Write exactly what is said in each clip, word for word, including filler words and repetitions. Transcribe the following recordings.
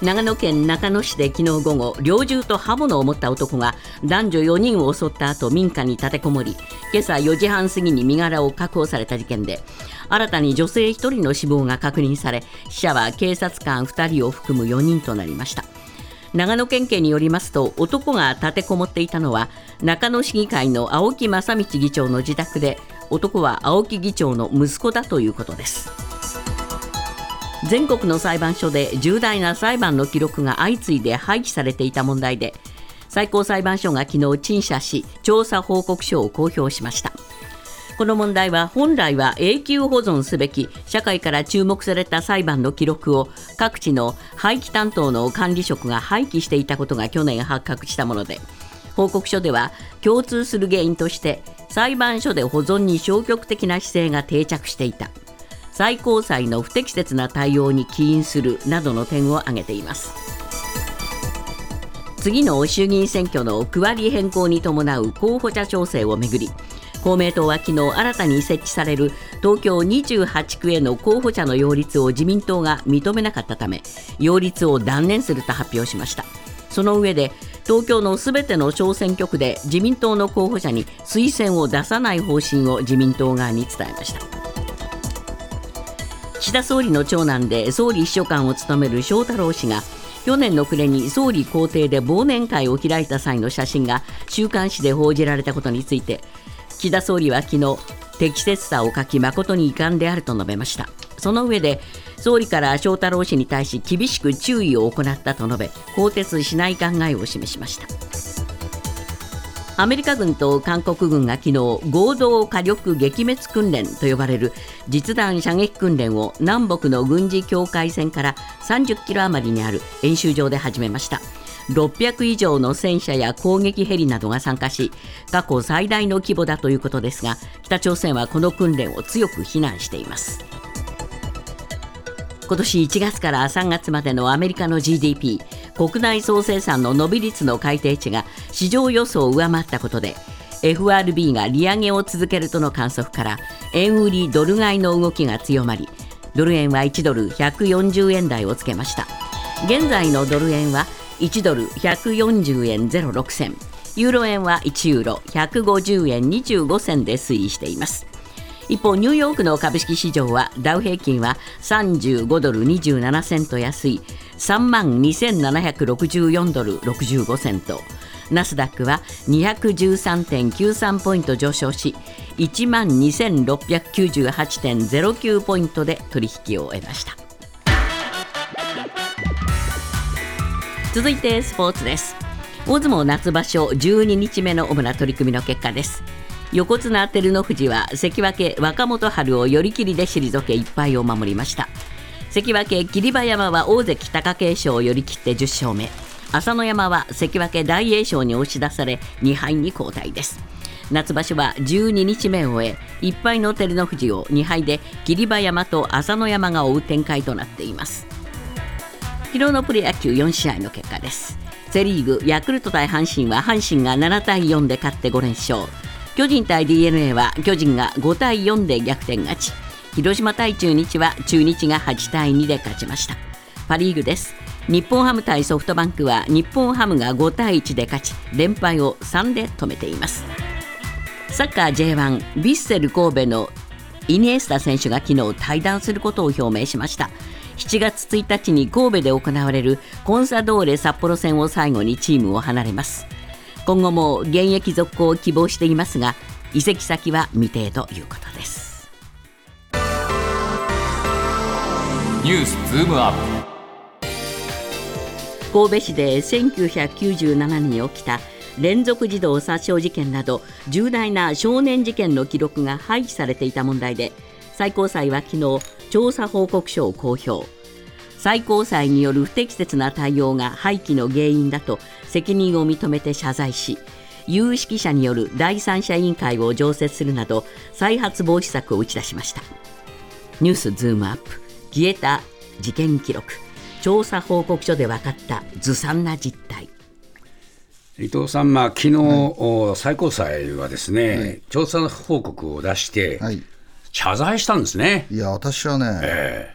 長野県中野市で昨日午後、猟銃と刃物を持った男が男女よにんを襲った後、民家に立てこもり、今朝よじはん過ぎに身柄を確保された事件で、新たに女性ひとりの死亡が確認され、死者は警察官ふたりを含むよにんとなりました。長野県警によりますと、男が立てこもっていたのは中野市議会の青木正道議長の自宅で、男は青木議長の息子だということです。全国の裁判所で重大な裁判の記録が相次いで廃棄されていた問題で、最高裁判所が昨日陳謝し、調査報告書を公表しました。この問題は本来は永久保存すべき社会から注目された裁判の記録を各地の廃棄担当の管理職が廃棄していたことが去年発覚したもので、報告書では共通する原因として裁判所で保存に消極的な姿勢が定着していた、最高裁の不適切な対応に起因するなどの点を挙げています。次の衆議院選挙の区割り変更に伴う候補者調整をめぐり、公明党は昨日新たに設置される東京にじゅうはちくへの候補者の擁立を自民党が認めなかったため、擁立を断念すると発表しました。その上で、東京のすべての小選挙区で自民党の候補者に推薦を出さない方針を自民党側に伝えました。岸田総理の長男で総理秘書官を務める翔太郎氏が、去年の暮れに総理公邸で忘年会を開いた際の写真が週刊誌で報じられたことについて、岸田総理は昨日、適切さを欠き誠に遺憾であると述べました。その上で、総理から翔太郎氏に対し厳しく注意を行ったと述べ、更迭しない考えを示しました。アメリカ軍と韓国軍が昨日、合同火力撃滅訓練と呼ばれる実弾射撃訓練を南北の軍事境界線からさんじゅっキロ余りにある演習場で始めました。ろっぴゃく以上の戦車や攻撃ヘリなどが参加し、過去最大の規模だということですが、北朝鮮はこの訓練を強く非難しています。今年いちがつからさんがつまでのアメリカの ジーディーピー 国内総生産の伸び率の改定値が市場予想を上回ったことで、 エフアールビー が利上げを続けるとの観測から円売りドル買いの動きが強まり、ドル円はいちドルひゃくよんじゅうえん台をつけました。現在のドル円はいちドルひゃくよんじゅうえんゼロろくせん、ユーロ円はいちユーロひゃくごじゅうえんにじゅうごせんで推移しています。一方、ニューヨークの株式市場はダウ平均はさんじゅうごドルにじゅうななセント安い さんまんにせんななひゃくろくじゅうよんドルろくじゅうごセント、ナスダックは にひゃくじゅうさんてんきゅうさん ポイント上昇し いちまんにせんろっぴゃくきゅうじゅうはちてんゼロきゅう ポイントで取引を終えました。続いてスポーツです。大相撲夏場所じゅうににちめの主な取り組みの結果です。横綱照ノ富士は関脇若元春を寄り切りで退けいっぱいを守りました。関脇霧馬山は大関貴景勝を寄り切ってじゅっしょうめ、朝乃山は関脇大栄翔に押し出されにはいに後退です。夏場所はじゅうににちめを終え、いっぱいの照ノ富士をにはいで霧馬山と朝乃山が追う展開となっています。昨日のプロ野球よんしあいの結果です。セリーグヤクルト対阪神は阪神がななたいよんで勝ってごれんしょう、巨人対 ディーエヌエー は巨人がごたいよんで逆転勝ち、広島対中日は中日がはちたいにで勝ちました。パリーグです。日本ハム対ソフトバンクは日本ハムがごたいいちで勝ち、連敗をさんで止めています。サッカー ジェイワン ヴィッセル神戸のイニエスタ選手が昨日退団することを表明しました。しちがつついたちに神戸で行われるコンサドーレ札幌戦を最後にチームを離れます。今後も現役続行を希望していますが、移籍先は未定ということです。 ニュースズームアップ。神戸市でせんきゅうひゃくきゅうじゅうななねんに起きた連続児童殺傷事件など重大な少年事件の記録が廃棄されていた問題で、最高裁は昨日調査報告書を公表。最高裁による不適切な対応が廃棄の原因だと責任を認めて謝罪し、有識者による第三者委員会を常設するなど再発防止策を打ち出しました。ニュースズームアップ。消えた事件記録、調査報告書で分かったずさんな実態。 伊藤さん、まあ、昨日、はい、最高裁はですね、はい、調査報告を出して、はい、謝罪したんですね。 いや私はね、えー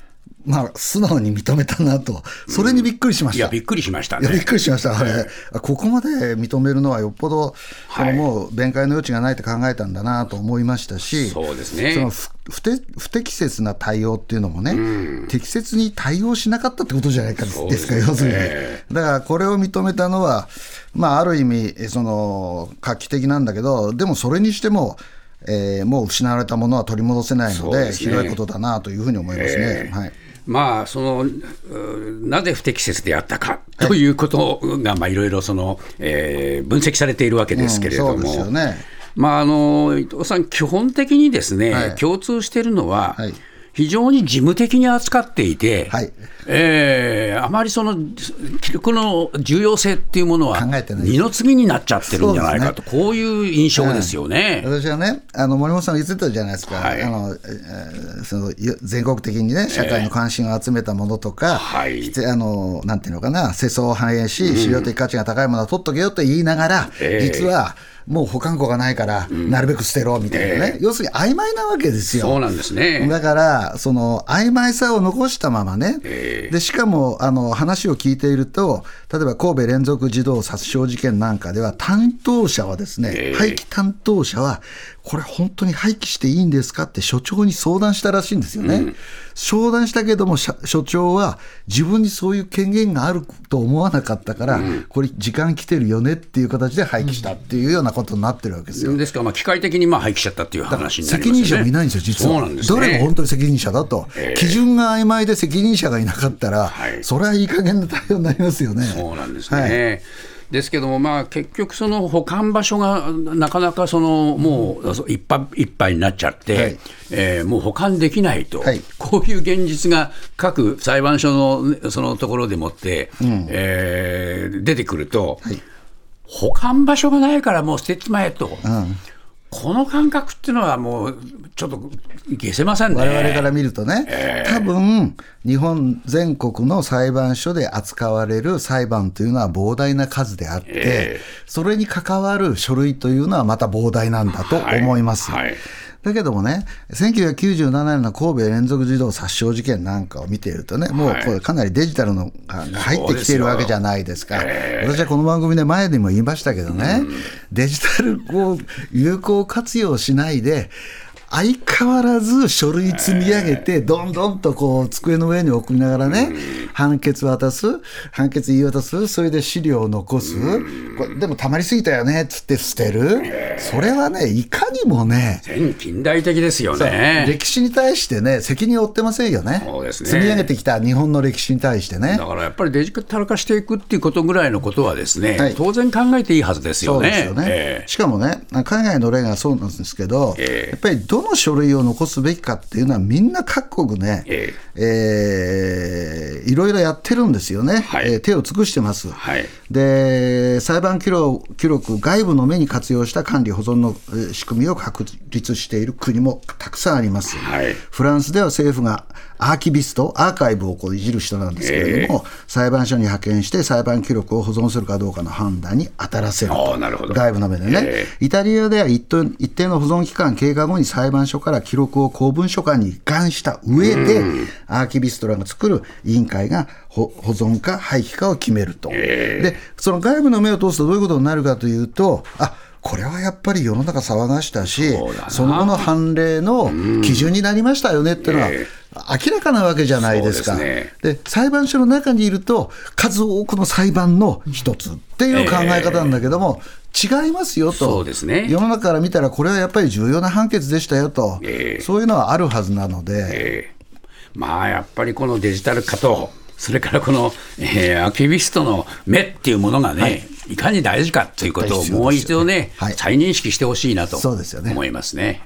まあ、素直に認めたなと、それにびっくりしました。 うん、いやびっくりしましたね。 いやびっくりしました、あれ、えー、ここまで認めるのはよっぽど、はい、そのもう弁解の余地がないと考えたんだなと思いましたし、 そうですね、 その不適不適切な対応っていうのもね、うん、適切に対応しなかったってことじゃないかですか、要するに。だからこれを認めたのは、まあ、ある意味その画期的なんだけど、でもそれにしても、えー、もう失われたものは取り戻せないの で, で、ね、ひどいことだなというふうに思いますね。 えーはい、 まあ、そのなぜ不適切であったかということが、はい、まあ、いろいろその、えー、分析されているわけですけれども、うん、そうですよね。まあ、あの伊藤さん、基本的にですね、はい、共通しているのは、はい、非常に事務的に扱っていて、はい、えー、あまりその記録の重要性っていうものは二の次になっちゃってるんじゃないかと、ね、こういう印象ですよね。 うん、私はね、あの森本さんが言ってたじゃないですか、はい、あのえー、その全国的にね、社会の関心を集めたものとか、えーはい、あのなんていうのかな、世相を反映し、資料的価値が高いものは取っとけよと言いながら、えー、実はもう保管庫がないから、なるべく捨てろみたいなね、えー、要するに曖昧なわけですよ。 そうなんですね。 だからその曖昧さを残したままね、えー、でしかもあの話を聞いていると、例えば神戸連続児童殺傷事件なんかでは、担当者はですね、えー、廃棄担当者はこれ本当に廃棄していいんですかって所長に相談したらしいんですよね。うん、相談したけども所長は自分にそういう権限があると思わなかったから、うん、これ時間来てるよねっていう形で廃棄したっていうようなことになってるわけですよ。 ですから、まあ機械的にまあ廃棄しちゃったっていう話になりますよね。 責任者もいないんですよ、実は。そうなんですね。どれが本当に責任者だと、えー、基準が曖昧で責任者がいなかったら、はい、それはいい加減な対応になりますよね。 そうなんですね。はい、ですけども、まあ、結局その保管場所がなかなかそのもういっぱいいっぱいになっちゃって、はい、えー、もう保管できないと、はい、こういう現実が各裁判所のそのところでもって、うん、えー、出てくると、はい、保管場所がないからもう捨てちまえと、うん、この感覚っていうのはもうちょっと消せませんね。 我々から見るとね、えー、多分日本全国の裁判所で扱われる裁判というのは膨大な数であって、えー、それに関わる書類というのはまた膨大なんだと思います。はいはい、だけどもね、せんきゅうひゃくきゅうじゅうななねんの神戸連続児童殺傷事件なんかを見ているとね、もうこれかなりデジタルのが入ってきているわけじゃないですか。えー、私はこの番組で前にも言いましたけどね、うん、デジタルを有効活用しないで相変わらず書類積み上げてどんどんとこう机の上に置きながらね、判決渡す、判決言い渡す、それで資料を残す、これでもたまりすぎたよねっつって捨てる、それはね、いかにもね、 全近代的ですよね。 歴史に対してね、責任を負ってませんよね。そうですね。積み上げてきた日本の歴史に対してね。 だからやっぱりデジタル化していくっていうことぐらいのことはですね、はい、当然考えていいはずですよね。そうですよね。えー、 しかもね、海外の例がそうなんですけど、えー、やっぱりどの書類を残すべきかっていうのはみんな各国ね、えーえー、いろいろやってるんですよね。はい、えー、手を尽くしてます。はい、で裁判記録、記録外部の目に活用した管理保存の仕組みを確立している国もたくさんあります。はい、フランスでは政府がアーキビスト、アーカイブをこういじる人なんですけれども、えー、裁判所に派遣して裁判記録を保存するかどうかの判断に当たらせると。なるほど。外部の目でね、えー、イタリアでは一定、一定の保存期間経過後に裁判所から記録を公文書館に移管した上で、うん、アーキビストらが作る委員会が保存か廃棄かを決めると。えー、でその外部の目を通すとどういうことになるかというと、あ、これはやっぱり世の中騒がしたし、 そ, その後の判例の基準になりましたよねっていうのは、えー、明らかなわけじゃないですか。そうですね。で裁判所の中にいると数多くの裁判の一つっていう考え方なんだけども、えー、違いますよと。そうですね。世の中から見たらこれはやっぱり重要な判決でしたよと、えー、そういうのはあるはずなので、えー、まあやっぱりこのデジタル化とそれからこの、えー、アーキビストの目っていうものがね、はい、いかに大事かということをもう一度ね、はい、再認識してほしいなと思いますね。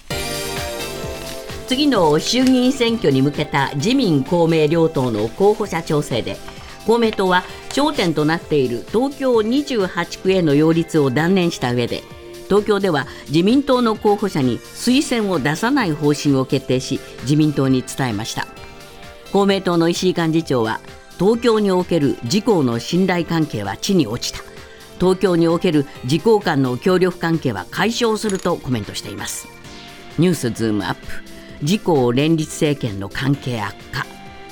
次の衆議院選挙に向けた自民公明両党の候補者調整で、公明党は焦点となっている東京にじゅうはちくへの擁立を断念した上で、東京では自民党の候補者に推薦を出さない方針を決定し、自民党に伝えました。公明党の石井幹事長は、東京における自公の信頼関係は地に落ちた、東京における自公間の協力関係は解消するとコメントしています。ニュースズームアップ、自公連立政権の関係悪化、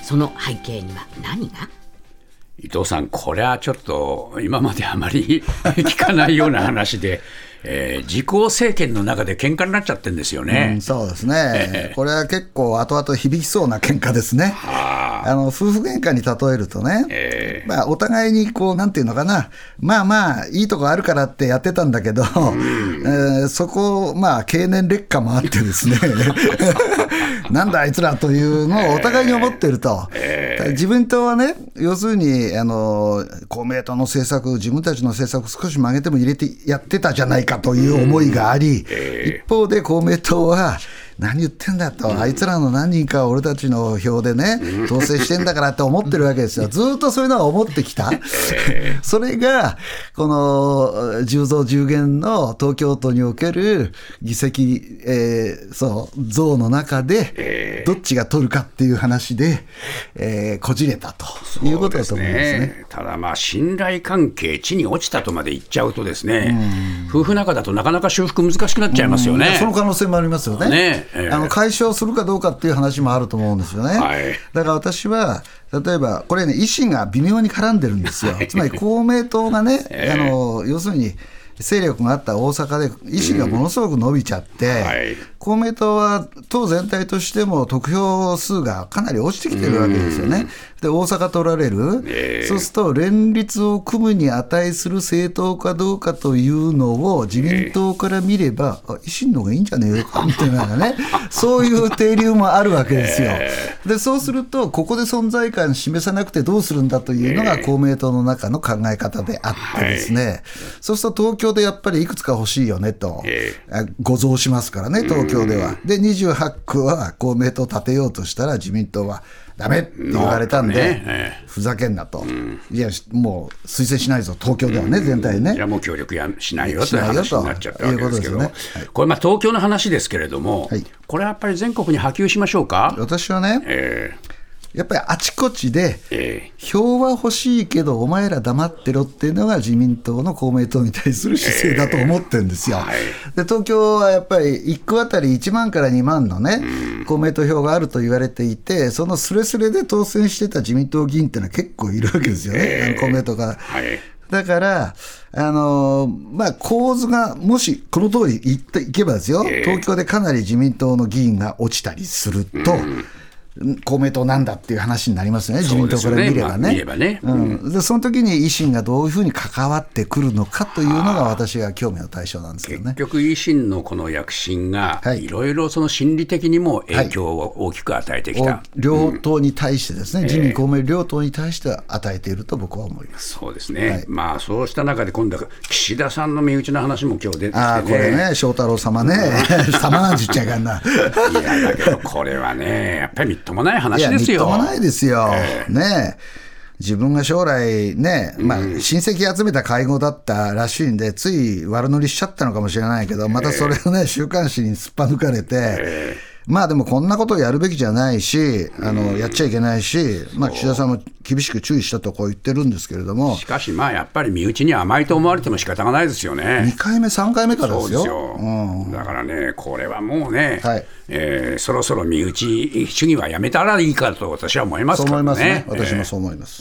その背景には何が？ 伊藤さん、これはちょっと今まであまり聞かないような話で、えー、自公政権の中で喧嘩になっちゃってるんですよね、 うん、そうですね、これは結構後々響きそうな喧嘩ですね。あの夫婦喧嘩に例えるとね、えーまあ、お互いにこうなんていうのかな、まあまあいいとこあるからってやってたんだけど、うんえー、そこまあ経年劣化もあってですねなんだあいつらというのをお互いに思ってると、えー、自民党はね、要するにあの公明党の政策、自分たちの政策少し曲げても入れてやってたじゃないかという思いがあり、うんえー、一方で公明党は何言ってんだと、うん、あいつらの何人か俺たちの票でね、うん、当選してんだからって思ってるわけですよ。ずっとそういうのは思ってきた、えー、それがこのじゅう増じゅう減の東京都における議席、えー、そう増の中でどっちが取るかっていう話で、えー、こじれたということだと思いますね。 ね、ただまあ信頼関係地に落ちたとまで言っちゃうとですね、うん、夫婦仲だとなかなか修復難しくなっちゃいますよね。 その可能性もありますよね。ねえー、あの解消するかどうかっていう話もあると思うんですよね、はい、だから私は例えばこれね、維新が微妙に絡んでるんですよ、はい、つまり公明党がね、えー、あの要するに勢力があった大阪で維新がものすごく伸びちゃって、うんはい、公明党は党全体としても得票数がかなり落ちてきてるわけですよね、うん、で大阪取られる、えー、そうすると連立を組むに値する政党かどうかというのを自民党から見れば、えー、維新の方がいいんじゃねえかみたいなねそういう定流もあるわけですよ、えー、でそうするとここで存在感示さなくてどうするんだというのが公明党の中の考え方であってですね、はい、そうすると東京でやっぱりいくつか欲しいよねと、えー、ご増しますからね東京では。でにじゅうはち区は公明党立てようとしたら自民党はダメって言われたんで、ね、ふざけんなと、うん、いやもう推薦しないぞ東京ではね、うん、全体ね、 いやもう協力やしないよという話になっちゃったわけですけど、ね、はい、これまあ東京の話ですけれども、はい、これはやっぱり全国に波及しましょうか。 私はね、えーやっぱりあちこちで票は欲しいけどお前ら黙ってろっていうのが自民党の公明党に対する姿勢だと思ってるんですよ、えーはい、で東京はやっぱりいっ区あたりいちまんからにまんのね、うん、公明党票があると言われていて、そのスレスレで当選してた自民党議員っていうのは結構いるわけですよね、えー、公明党から、はい、だからあのーまあ、構図がもしこの通りいっていけばですよ、えー、東京でかなり自民党の議員が落ちたりすると、うん、公明党なんだっていう話になりますね、自民党から見ればね。そ、まあねうん、でその時に維新がどういうふうに関わってくるのかというのが私が興味の対象なんですけどね。 結局維新のこの躍進がいろいろその心理的にも影響を大きく与えてきた、はい、 両党に対してですね、うん、自民公明両党に対して与えていると僕は思います。 そうですね、はい、まあそうした中で今度は岸田さんの身内の話も今日出てきてね、 あこれね翔太郎様ね様なんて言っちゃいかんないやだけどこれはねやっぱりみっともない話ですよ。 いやみっともないですよ、えー、ね自分が将来ね、まあ、親戚集めた会合だったらしいんで、つい悪乗りしちゃったのかもしれないけど、またそれをね週刊誌にすっぱ抜かれて、えーまあでもこんなことをやるべきじゃないし、あのやっちゃいけないし、まあ、岸田さんも厳しく注意したとこう言ってるんですけれども、 しかしまあやっぱり身内に甘いと思われても仕方がないですよね。 にかいめさんかいめからですよ。 そうですよ、うん、だからねこれはもうね、はいえー、そろそろ身内主義はやめたらいいかと私は思いますからね。 そう思いますね、私もそう思います、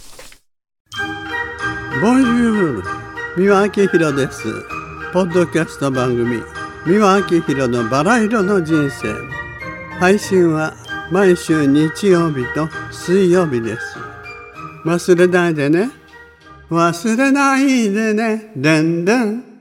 えー、ボンジュール三輪明宏です。ポッドキャスト番組三輪明宏のバラ色の人生、配信は毎週日曜日と水曜日です。忘れないでね忘れないでねでんでん